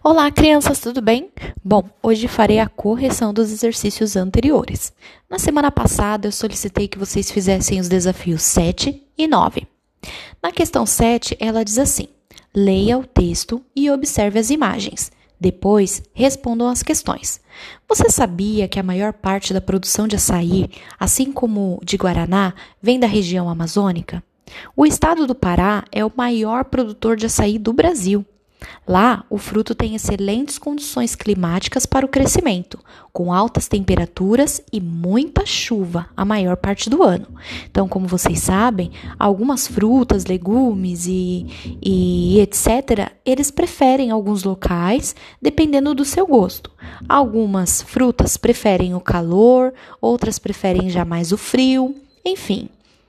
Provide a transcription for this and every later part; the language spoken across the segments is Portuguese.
Olá, crianças, tudo bem? Bom, hoje farei a correção dos exercícios anteriores. Na semana passada, eu solicitei que vocês fizessem os desafios 7 e 9. Na questão 7, ela diz assim: leia o texto e observe as imagens. Depois, respondam as questões. Você sabia que a maior parte da produção de açaí, assim como de guaraná, vem da região amazônica? O estado do Pará é o maior produtor de açaí do Brasil. Lá, o fruto tem excelentes condições climáticas para o crescimento, com altas temperaturas e muita chuva a maior parte do ano. Então, como vocês sabem, algumas frutas, legumes e etc., eles preferem alguns locais, dependendo do seu gosto. Algumas frutas preferem o calor, outras preferem já mais o frio, enfim.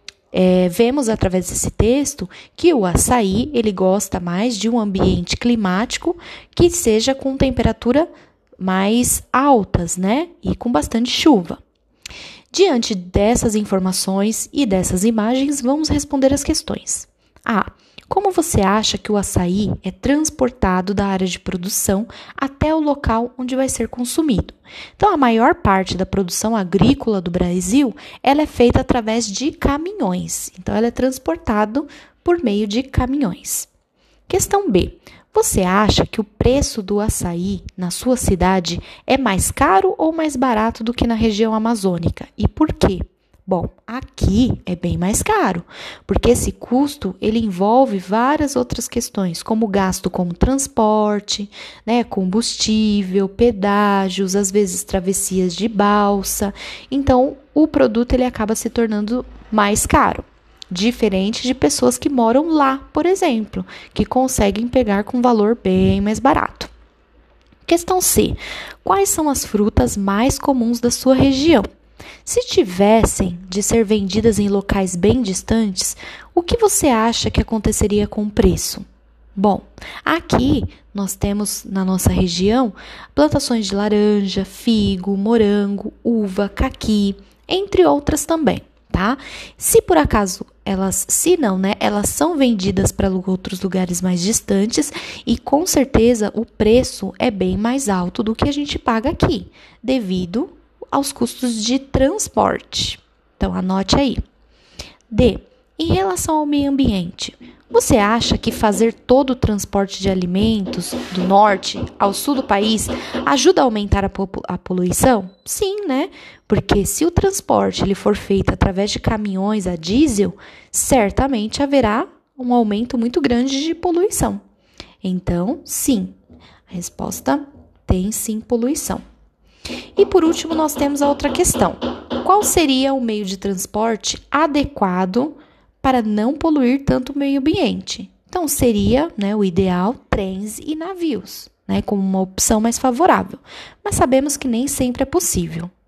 Vemos através desse texto que o açaí ele gosta mais de um ambiente climático que seja com temperatura mais altas, né? E com bastante chuva. Diante dessas informações e dessas imagens, vamos responder as questões. Como você acha que o açaí é transportado da área de produção até o local onde vai ser consumido? Então, a maior parte da produção agrícola do Brasil, ela é feita através de caminhões. Então, ela é transportado por meio de caminhões. Questão B. Você acha que o preço do açaí na sua cidade é mais caro ou mais barato do que na região amazônica? E por quê? Bom, aqui é bem mais caro, porque esse custo ele envolve várias outras questões, como gasto com transporte, né, combustível, pedágios, às vezes travessias de balsa. Então, o produto ele acaba se tornando mais caro, diferente de pessoas que moram lá, por exemplo, que conseguem pegar com valor bem mais barato. Questão C. Quais são as frutas mais comuns da sua região? Se tivessem de ser vendidas em locais bem distantes, o que você acha que aconteceria com o preço? Bom, aqui nós temos na nossa região plantações de laranja, figo, morango, uva, caqui, entre outras também, tá? Se por acaso elas são vendidas para outros lugares mais distantes e com certeza o preço é bem mais alto do que a gente paga aqui, devido aos custos de transporte. Então, anote aí. D. Em relação ao meio ambiente, você acha que fazer todo o transporte de alimentos do norte ao sul do país ajuda a aumentar a poluição? Sim, né? Porque se o transporte ele for feito através de caminhões a diesel, certamente haverá um aumento muito grande de poluição. Então, sim, a resposta tem sim poluição. E por último, nós temos a outra questão. Qual seria o meio de transporte adequado para não poluir tanto o meio ambiente? Então, seria, o ideal, trens e navios, como uma opção mais favorável. Mas sabemos que nem sempre é possível.